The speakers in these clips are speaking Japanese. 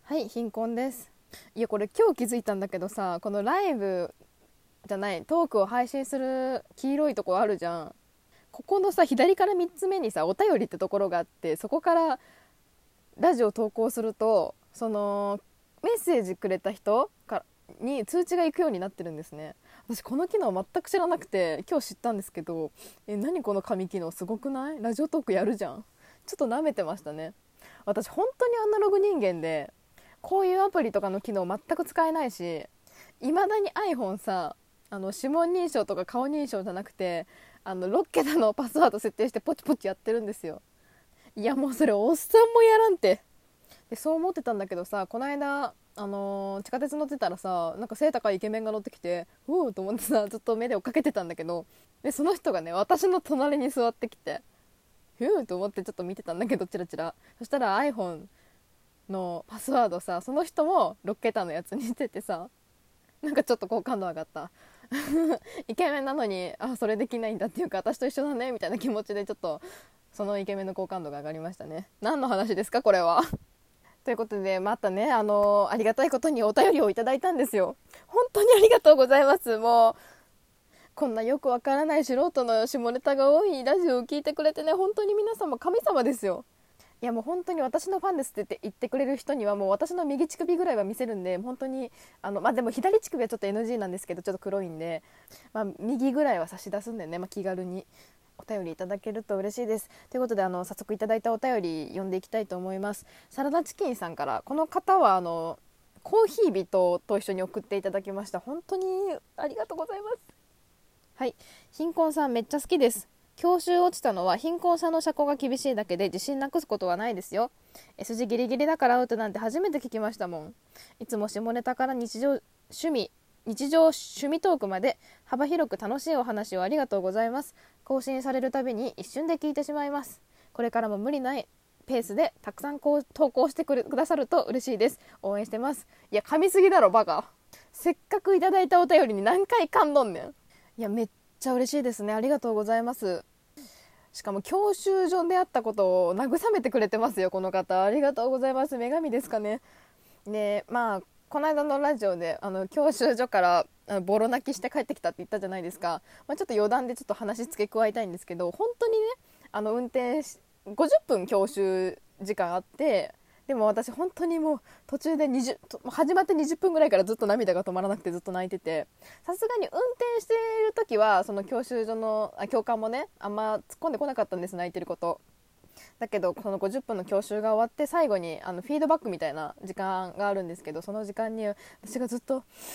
はい、貧困です。いや、これ今日気づいたんだけどさ、このライブじゃないトークを配信する黄色いとこあるじゃん。ここのさ左から3つ目にさお便りってところがあって、そこからラジオ投稿するとそのメッセージくれた人からに通知が行くようになってるんですね。私この機能全く知らなくて今日知ったんですけど、何この紙機能すごくない？ラジオトークやるじゃん。ちょっと舐めてましたね。私本当にアナログ人間で、こういうアプリとかの機能全く使えないし、いまだに iPhone さ、指紋認証とか顔認証じゃなくて、6桁のパスワード設定してポチポチやってるんですよ。いやもうそれおっさんもやらんて。でそう思ってたんだけどさ、この間地下鉄乗ってたらさ、なんか背高いイケメンが乗ってきて、うーと思ってさ、ずっと目で追っかけてたんだけど、でその人がね私の隣に座ってきて、ふーと思ってちょっと見てたんだけど、チラチラ。そしたら iPhone のパスワードさ、その人も6桁のやつにしててさ、なんかちょっと好感度上がったイケメンなのに、あ、それできないんだっていうか、私と一緒だねみたいな気持ちで、ちょっとそのイケメンの好感度が上がりましたね。何の話ですかこれはということで、またね、ありがたいことにお便りをいただいたんですよ。本当にありがとうございます。もうこんなよくわからない素人の下ネタが多いラジオを聞いてくれてね、本当に皆様神様ですよ。いやもう本当に私のファンですって言ってくれる人にはもう私の右乳首ぐらいは見せるんで、本当にでも左乳首はちょっと NG なんですけど、ちょっと黒いんで、右ぐらいは差し出すんでね、気軽にお便りいただけると嬉しいです。ということで早速いただいたお便り読んでいきたいと思います。サラダチキンさんから、この方はコーヒー人と一緒に送っていただきました。本当にありがとうございます。はい、貧困さんめっちゃ好きです。教習落ちたのは貧困さんの車高が厳しいだけで自信なくすことはないですよ。S 字ギリギリだからアウトなんて初めて聞きましたもん。いつも下ネタから日常趣味トークまで幅広く楽しいお話をありがとうございます。更新されるたびに一瞬で聞いてしまいます。これからも無理ないペースでたくさん投稿してくださると嬉しいです。応援してます。いや噛みすぎだろバカ。せっかくいただいたお便りに何回噛んどんねん。いやめっちゃ嬉しいですね。ありがとうございます。しかも教習所であったことを慰めてくれてますよこの方。ありがとうございます。女神ですかね。でこの間のラジオで教習所からボロ泣きして帰ってきたって言ったじゃないですか。ちょっと余談でちょっと話付け加えたいんですけど、本当にね運転50分教習時間あって、でも私本当にもう途中で始まって20分ぐらいからずっと涙が止まらなくてずっと泣いてて、さすがに運転している時はその教習所の教官もねあんま突っ込んでこなかったんです、泣いてること。だけどこの50分の教習が終わって最後にフィードバックみたいな時間があるんですけど、その時間に私がずっと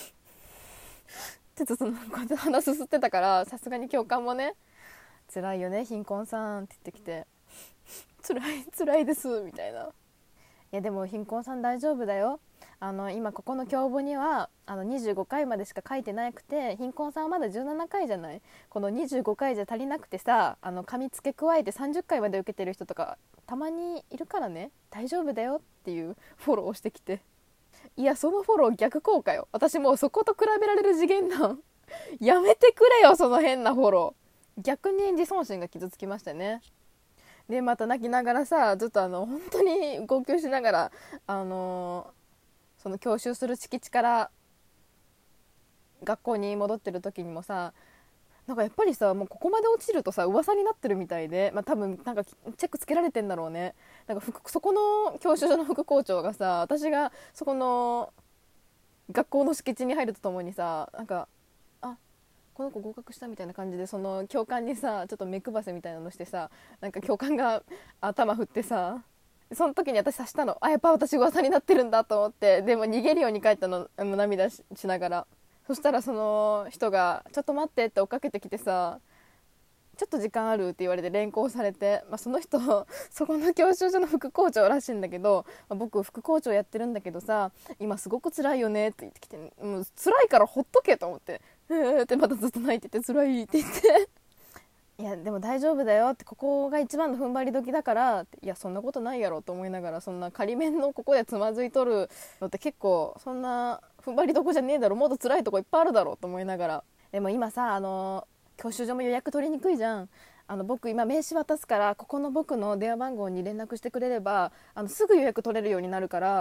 ってずっと鼻すすってたから、さすがに教官もね、辛いよね貧困さんって言ってきて、辛いですみたいな。いやでも貧困さん大丈夫だよ。今ここの教簿には25回までしか書いてなくて、貧困さんはまだ17回じゃない。この25回じゃ足りなくてさ、噛みつけ加えて30回まで受けてる人とかたまにいるからね、大丈夫だよっていうフォローをしてきて、いやそのフォロー逆効果よ。私もうそこと比べられる次元なんやめてくれよその変なフォロー。逆に自尊心が傷つきましたね。でまた泣きながらさ、ずっと本当に号泣しながらその教習する敷地から学校に戻ってる時にもさ、なんかやっぱりさ、もうここまで落ちるとさ噂になってるみたいで、多分なんかチェックつけられてんだろうね。なんかそこの教習所の副校長がさ、私がそこの学校の敷地に入るとともにさ、なんかこの子合格したみたいな感じでその教官にさちょっと目配せみたいなのしてさ、なんか教官が頭振ってさ、その時に私察したの、やっぱ私噂になってるんだと思って、でも逃げるように帰ったの、涙しながら。そしたらその人がちょっと待ってって追っかけてきてさ、ちょっと時間あるって言われて連行されて、その人そこの教習所の副校長らしいんだけど、僕副校長やってるんだけどさ今すごく辛いよねって言ってきて、もう辛いからほっとけと思って、ってまたずっと泣いてて、辛いって言っていやでも大丈夫だよって、ここが一番の踏ん張り時だからって。いやそんなことないやろと思いながら、そんな仮面のここでつまずいとるのって結構そんな踏ん張りどこじゃねえだろ、もっと辛いとこいっぱいあるだろうと思いながら。でも今さ教習所も予約取りにくいじゃん。僕今名刺渡すから、ここの僕の電話番号に連絡してくれればすぐ予約取れるようになるから、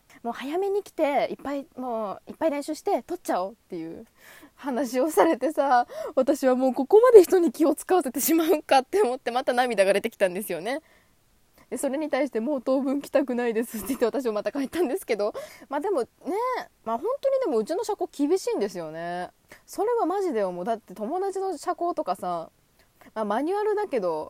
もう早めに来てもういっぱい練習して撮っちゃおうっていう話をされてさ、私はもうここまで人に気を使わせてしまうんかって思ってまた涙が出てきたんですよね。でそれに対してもう当分来たくないですって言って私もまた帰ったんですけど、まあでもね、まあ本当にでもうちの車高厳しいんですよね。それはマジで思う。だって友達の車高とかさ、まあ、マニュアルだけど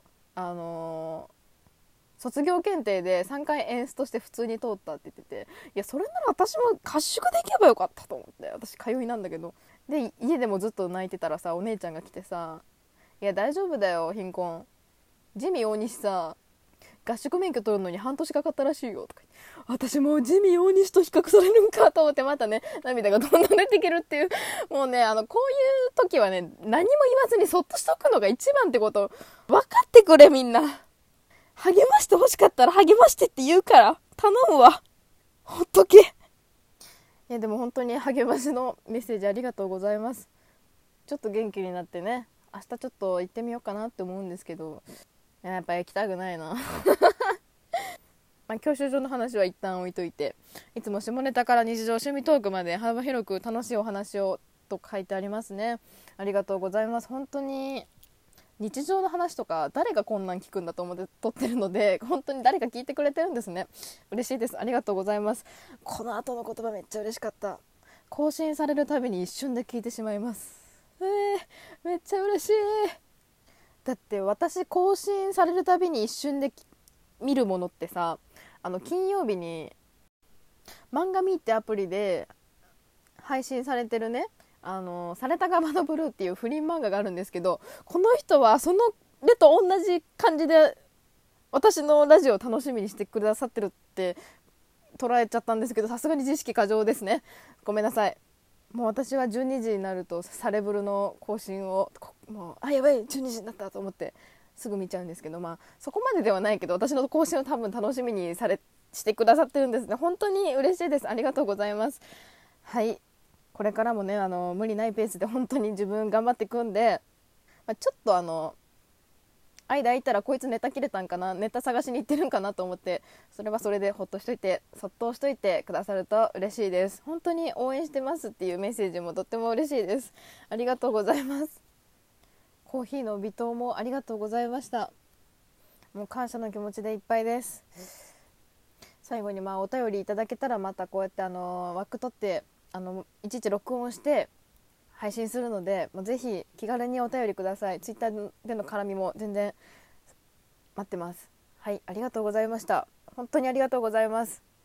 卒業検定で3回エンスとして普通に通ったって言ってて、いやそれなら私も合宿で行けばよかったと思って、私通いなんだけど、で家でもずっと泣いてたらさ、お姉ちゃんが来てさ、いや大丈夫だよ貧困、ジミー大西さ合宿免許取るのに半年かかったらしいよとか言って、私もうジミー大西と比較されるんかと思ってまたね涙がどんどん出てくるっていう。もうねこういう時はね何も言わずにそっとしとくのが一番ってこと分かってくれ。みんな励まして欲しかったら励ましてって言うから頼むわ、ほっとけ。いやでも本当に励ましのメッセージありがとうございます。ちょっと元気になってね、明日ちょっと行ってみようかなって思うんですけど、やっぱ行きたくないなまあ教習所の話は一旦置いといて、いつも下ネタから日常趣味トークまで幅広く楽しいお話をと書いてありますね。ありがとうございます。本当に日常の話とか誰がこんなん聞くんだと思って撮ってるので、本当に誰か聞いてくれてるんですね。嬉しいです。ありがとうございます。この後の言葉めっちゃ嬉しかった。更新されるたびに一瞬で聞いてしまいます。めっちゃ嬉しい。だって私更新されるたびに一瞬で見るものってさ、金曜日に漫画ミーってアプリで配信されてるね、された側のブルーっていう不倫漫画があるんですけど、この人はそのでと同じ感じで私のラジオを楽しみにしてくださってるって捉えちゃったんですけど、さすがに自意識過剰ですね。ごめんなさい。もう私は12時になるとサレブルの更新をもうやばい12時になったと思ってすぐ見ちゃうんですけど、まあそこまでではないけど私の更新を多分楽しみにしてくださってるんですね。本当に嬉しいです。ありがとうございます。はい、これからもね無理ないペースで本当に自分頑張っていくんで、ちょっと間空いたらこいつネタ切れたんかな、ネタ探しに行ってるんかなと思って、それはそれでほっとしといてそっとしといてくださると嬉しいです。本当に応援してますっていうメッセージもとっても嬉しいです。ありがとうございます。コーヒーの微糖もありがとうございました。もう感謝の気持ちでいっぱいです。最後にお便りいただけたらまたこうやって枠取っていちいち録音して配信するので、もうぜひ気軽にお便りください。ツイッターでの絡みも全然待ってます。はい、ありがとうございました。本当にありがとうございます。